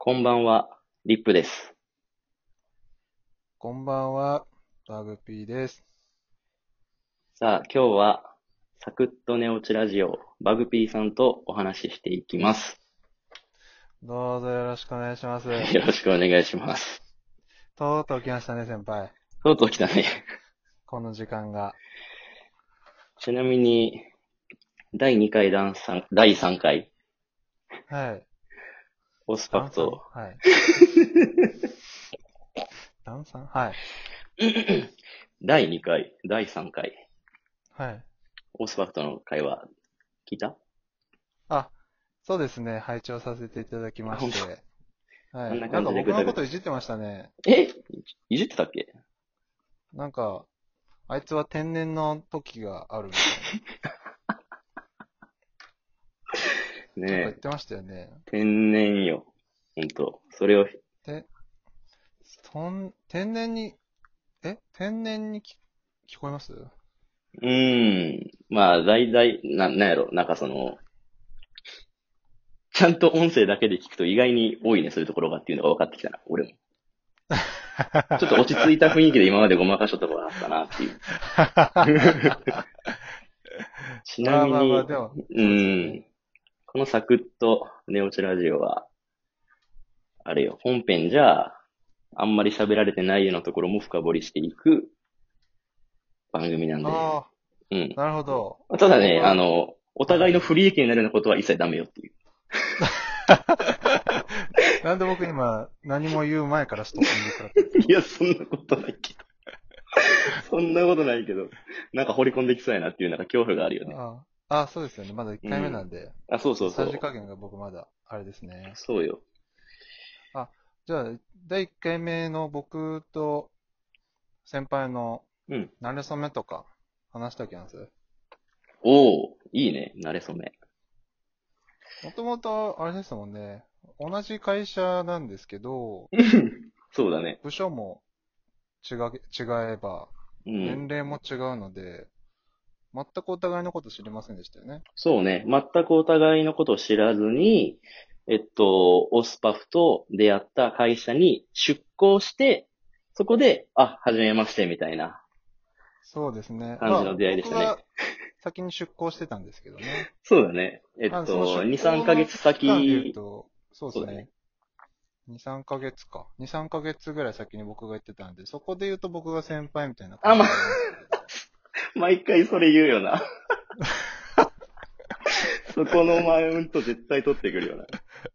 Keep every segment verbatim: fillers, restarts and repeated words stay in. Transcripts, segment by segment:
こんばんは、リップです。 こんばんは、バグピーです。 さあ、今日は、サクッと寝落ちラジオ、バグピーさんとお話ししていきます。 どうぞよろしくお願いします。 よろしくお願いします。 とうとう来ましたね、先輩。 とうとう来たね。 この時間が。 ちなみに、だいにかいだんさん、だいさんかい、 はい。 オスパダンさんフと、 はい。ダンさんはい。 だいにかい、だいさんかい、 はい。 オスパフとの会話、聞いた？ あ、そうですね。拝聴させていただきあ、本当。 まして。はい。 あんな感なんか僕のこじでぐだぐだ。 といじってましたね。 えいじってたっけ？ なんか、あいつは天然の時があるみたいな。なんか言ねえ、 ってましたよね。 天然よ。ほんと。それを、 て、とん、天然に、え天然にき聞こえます？ うーん。まあ、だいたい、な、なんやろ、なんかその、ちゃんと音声だけで聞くと意外に多いね、そういうところがっていうのが分かってきたな、俺も。ちょっと落ち着いた雰囲気で今までごまかしとったところがあったなっていう。ちなまあまあまあ、 みに、 でも、 うそうですよね。 ーん、このサクッと寝落ちラジオは、あれよ、本編じゃ、あんまり喋られてないようなところも深掘りしていく番組なんで。 ああ、 うん。 なるほど。 ただね、あ僕は、 の、お互いのはい。 不利益になるようなことは一切ダメよっていう。 なんで僕今、何も言う前からストッピング食らってるんですか？ いや、そんなことないけど。そんなことないけど、なんか掘り込んできそうやなっていうなんか恐怖があるよね。 ああ、あ、そうですよね。まだ1回目なうん。 んで、 あ、そうちょっとさじそうそ加減が僕まだ、あれですう。 ね。 そうよ。 あ、じゃあ、だいいっかいめの僕と先輩のうん。 馴れ初めとか話したきます？ おー、いいね。慣れ初め。 もともと、あれですもんね。同じ会社なんですけど、 そうだね。 部署も違え、違えば、 うん。 年齢も違うので、全くお互いのこと知りませんでしたよね。 そうね。全くお互いのことを知らずに、えっと、オスパフと出会った会社に出向して、そこで、あ、はじめまして、みたいなそうですね。まあ、 感じの出会いでしたね。 僕が先に出向してたんですけどね。 そうだね。えっあ、そのと、 出に、3 向のヶ月期間で言う先、 と、そうですね。 そうだね。 に、さんかげつか。に、さんかげつぐらい先に僕が行ってたんで、そこで言うと僕が先輩みたいなあ、ま、 感じになりますけど。 毎回それ言うよな。そこのマウント絶対取ってくるよな。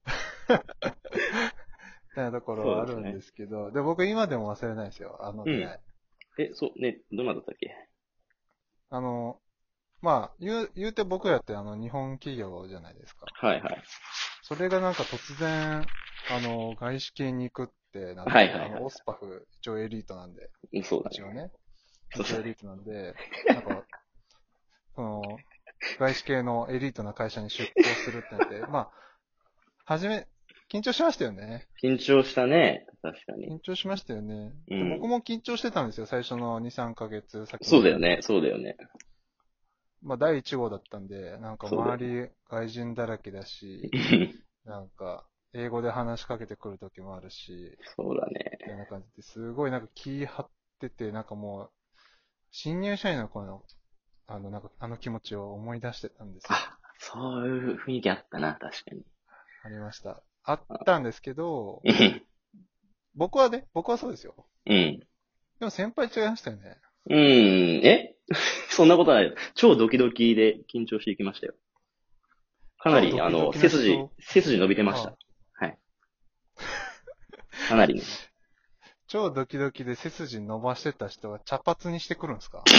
みたいなところはあるんでそうですね。 すけど、で、僕今でも忘れないですよ。あのうん。 出会い。 え、そう、ね、どなただったっけ？ あの、まあ、言う、言うて僕らってあの日本企業じゃないですか。 はいはい。 それがなんか突然、あの、外資系に行くってなって、あの、 はいはいはい。 オスパフ、一応エリートなんで、 うんそうだね。 一応ね、 そうだね。 一応エリートなんで、なんか、その、外資系のエリートな会社に出向するってなって、まあ、はじめ、緊張しましたよね。 緊張したね。確かに。 緊張しましたよね。で、僕うん。 も緊張してたんですよ、最初のに、さんかげつ先にそうだよね。 行くんで。 そうだよね。 まあ、だいいち号だったんで、なんかそうだよね。 周り外人だらけだし、なんか、英語で話しかけてくる時もあるし、 そうだね。 みたいな感じですごいなんか気張ってて、なんかもう、新入社員の頃の、あの、なんか、あの気持ちを思い出してたんですよ。 あ、そういう雰囲気あったな。確かに。 ありました。あったんですけど、 うん。 僕はね、僕はそうですよ。 うん。 でも先輩違いましたよね。 うん。えそんなことないよ。超ドキドキで緊張していきましたよ。かな超り、あの、 ドキドキ背筋、 な人、 背筋伸びてました。 ははい。かなりね。 超ドキドキで背筋伸ばしてた人は茶髪にしてくるんですか？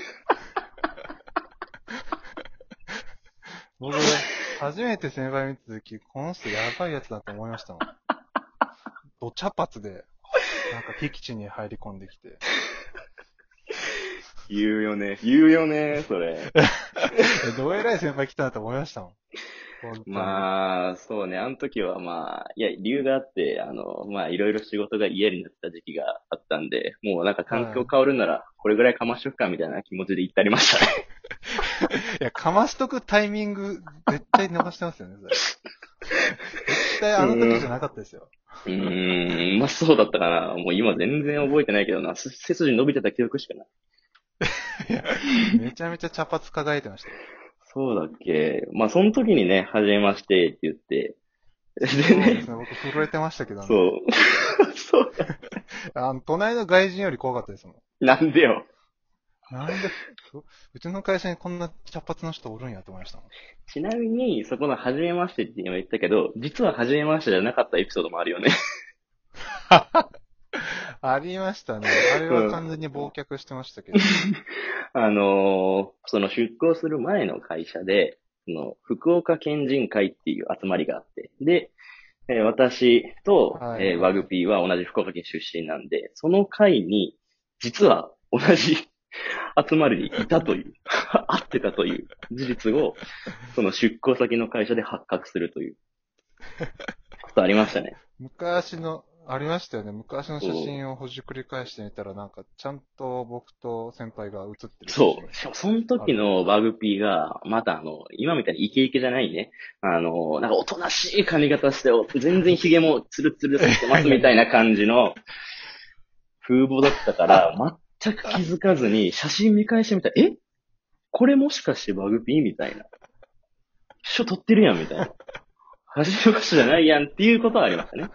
僕、初めて先輩見たとき、この人やばいやつだと思いましたもん。ど茶髪で、なんか敵地に入り込んできて。 言うよね。言うよね、それ。 え、どえらい先輩来たなと思いましたもん。本当に。 まあ、そうね。あの時はまあ、いや、理由があって、あの、まあ、いろいろ仕事が嫌になった時期があったんで、もうなんか環境は変わるなら、これぐらいかましとくかみたいな気持ちで言ってありましたね。 い。いや、かましとくタイミング、絶対逃してますよね、それ。絶対あのうん。 時じゃなかったですよ。 うーん、まあそうだったかな。もう今全然覚えてないけどな。す背筋伸びてた記憶しかない。 いや、めちゃめちゃ茶髪輝いてましたよ。 そうだっけ。まあその時にね、はじめましてって言って、でね、 そうですね。僕震えてましたけどね。 そう。そうだ。 あの、隣の外人より怖かったですもん。 なんでよ。 なんで、ううちの会社にこんな茶髪の人おるんやと思いましたもん。 ちなみに、そこの初めましてって今言ったけど、実は初めましてじゃなかったエピソードもあるよね。 ありましたね。あれうん。 は完全に忘却してましたけど。 あのーその出向する前の会社で、その福岡県人会っていう集まりがあって、で、えー私と、 はいえーワグはい。 ピーは同じ福岡県出身なんで、その会に、実は同じ集まりにいたという、会ってたという事実を、その出向先の会社で発覚するということありましたね。 昔の、ありましたよね。昔の写そう真をほじくり返してみたら、なんか、ちゃんと僕と先輩が写ってる写真そう。しかも、その時あるんで。 のバグピーが、またあの、今みたいにイケイケじゃないね。あの、なんかおとなしい髪型して、全然髭もツルツルい剃ってまやいやいや。 すみたいな感じの風貌だったから、全く気づかずに写真見返してみたら、えこれもしかしてバグピーみたいな。一緒撮ってるやんみたいな。初めましてじゃないやんっていうことはありましたね。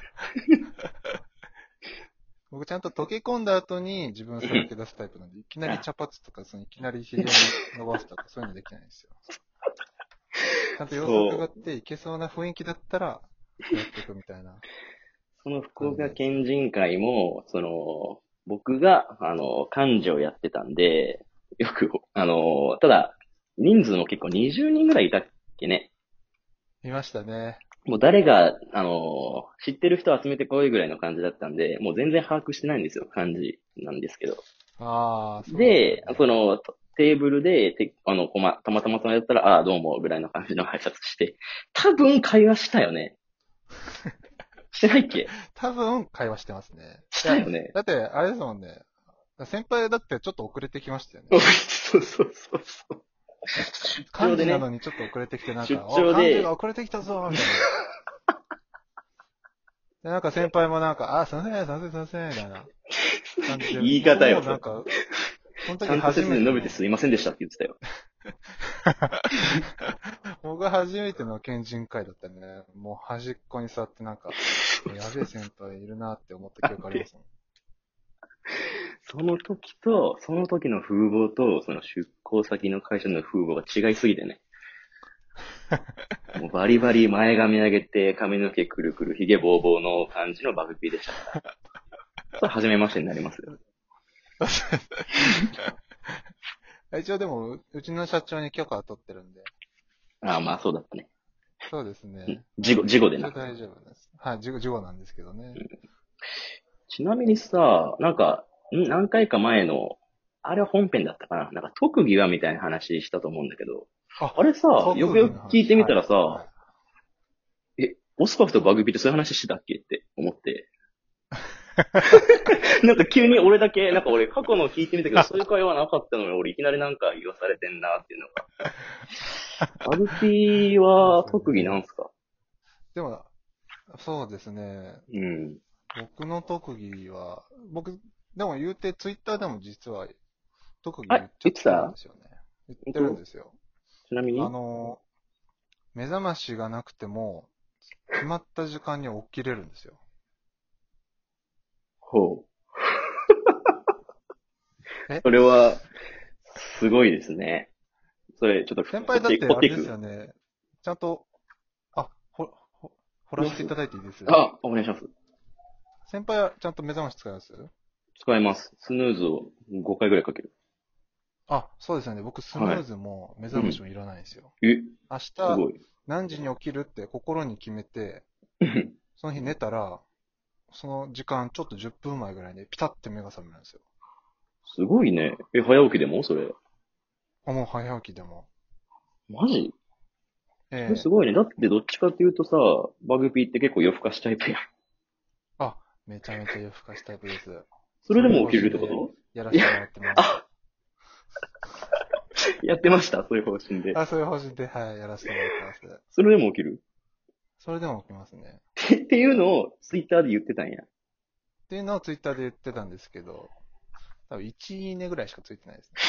僕ちゃんと溶け込んだ後に自分さらけ出すタイプなんで、いきなりあ、 茶髪とか、そのいきなり髭の伸ばすとか、そういうのできないんですよ。ちゃんと様子を伺っそう。 ていけそうな雰囲気だったら、やっていくみたいなその福感じ岡なんですよ。 県人会も、その、僕が、あの、幹事をやってたんで、よく、あの、ただ、人数も結構にじゅうにんぐらいいたっけね。 いましたね。 もう誰が、あの、知ってる人を集めてこいぐらいの感じだったんで、もう全然把握してないんですよ、幹事なんですけど。 ああ、そうだったんで、そだ。 の、テーブルで、てあの、こま、たまたまそのやったら、ああ、どうも、ぐらいの感じの挨拶して、多分会話したよね。してないっけ？ 多分、会話してますね。 しいや、 たよね。 だって、あれですもんね。先輩だってちょっと遅れてきましたよね。 そうそうそうそう。出張でね、 幹事なのにちょっと遅れてきて、なん出か、お、幹事が張で、 遅れてきたぞみたいな。で、なんか先輩もなんか、あ、すいません、すいません、すいません、みたいな感じで、 言い僕方よ、それ。 もなんか、その時ちゃんと背初めての、 筋伸びてすいませんでしたって言ってたよ。 僕が初めての県人会だったんでね、もう端っこに座ってなんか、やべえ先輩いるなって思った記憶ありまで、 すもん。 その時と、その時の風貌と、その出向先の会社の風貌が違いすぎてね。もうバリバリ前髪上げて、髪の毛くるくる、髭ぼうぼうの感じのバグピーでしたから。それ初めましてになりますよ。 一応でも、ううちの社長に許可は取ってるんで、 ああ、まあそうだったね。 そうですね。 事後、事後でな。 一応大丈夫です。はい、事後、事後なんですけどね。 ちなみにさ、なんか、ん何回か前の、あれは本編だったかななんか特技はみたいな話したと思うんだけど、 あ、 あれさ、よくよく特技の話。 聞いてみはい。 たらさ、 はい。 え、オスパフとバグピーってそういう話してたっけって思って。なんか急に俺だけ、なんか俺過去の聞いてみたけど、そういう会話なかったのに俺いきなりなんか言わされてんなっていうのが。バグピーはですよ特技なんね。 すか？ でも、そうですね。 うん。 僕の特技は、僕、でも言うて、ツイッターでも実は特技あ、 言っちゃってるん言ってた？ ですよね。言ってるん本当？ ですよ。あちなみに？ の、目覚ましがなくても、決まった時間に起きれるんですよ。 ほう。 えそれは、すごいですね。それ、ちょっと、 先掘って、 輩だってあれです掘っていく？ よね。ちゃんと、あ、ほ、ほ、掘らせていただいていいですあ、お願いします。 先輩はちゃんと目覚まし使います使います。スヌーズをごかいぐらいかける。 あ、そうですよね。僕、スヌはい。 ーズも目うん。 覚ましもいらないんですよ。 え、 明日、 すごい。 何時に起きるって心に決めて、その日寝たら、その時間、ちょっとじゅっぷんまえぐらいにピタッて目が覚めるんですよ。 すごいね。え、早起きでもそれ？ あ、もう早起きでも。 マジ？それすええごいね。だってどっちかっていうとさ、バグピーって結構夜更かしタイプやん。 あ、めちゃめちゃ夜更かしタイプです。 それそういうでも起きれる方針でってこと？いや、 やらせてもらってます。 あ、やってました。そういう方針で。 あ、そういう方針で、はい、やらせてもらってます。 それでも起きる？ それでも起きますね。 っていうのをツイッターで言ってたんや。 っていうのをツイッターで言ってたんですけど、多分いちいいねぐらいしかついてないですね。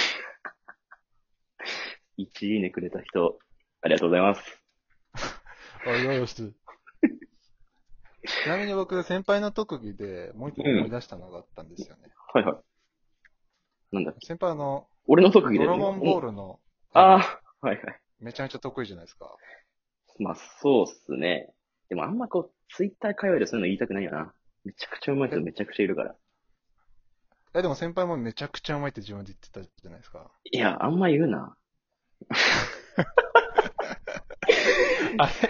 いちいいねくれた人、ありがとうございます。 あ、いやいや、ちなみに僕、先輩の特技でもう一個思い出したのがあったんですよね。 はいはい。なんだっけ。 先輩あの、 俺の特技でね。 ドラゴンボール。 ルの、 ああ、はいはい。 めちゃめちゃ得意じゃないですか。 まあ、そうっすね。でもあんまこう、ツイッター界隈でそういうの言いたくないよな。めちゃくちゃうまい人え、 めちゃくちゃいるから。 え、でも先輩もめちゃくちゃうまいって自分で言ってたじゃないですか。 いや、あんま言うな。 あれ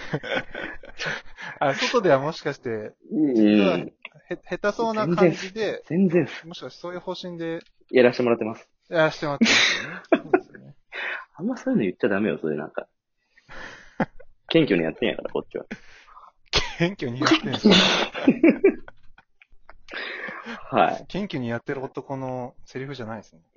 あ、外ではもしかして、 う実はん。 へ、下手そうな全然感っす。 じで、 全然っす。 もしかしてそういう方針でやらせてもらってます。 やらせてもらってますよね。そうですよね。 あんまそういうの言っちゃダメよ、そういうなんか。謙虚にやってんやから、こっちは。 謙虚にやってんすよ。 はい。 謙虚にやってる男のセリフじゃないですね。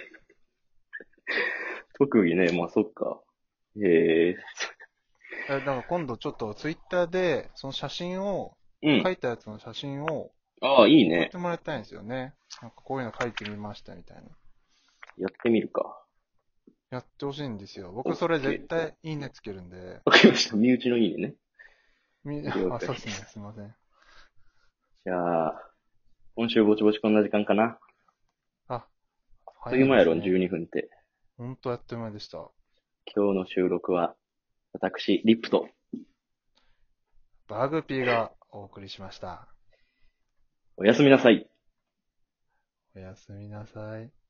特技ね、まあそっか。えええだから今度ちょっとツイッターで、その写真を、 うん。 書いたやつの写真をああ、いいね送って。もらいたいんですよね。なんかこういうの書いてみましたみたいな。 やってみるか。 やってほしいんですよ。 オ僕それッケー。 絶対いいねつけるんで。 わかりました。身内のいいねね。 み、あ、 了解そうですね。すいません。 じゃあ、今週ぼちぼちこんな時間かな。 あ、 あっと早いう間やろ、 いですね。 じゅうにふんって。 ほんとあっという間でした。 今日の収録は、私、リップと、 バグピーがお送りしました。 おやすみなさい。 おやすみなさい。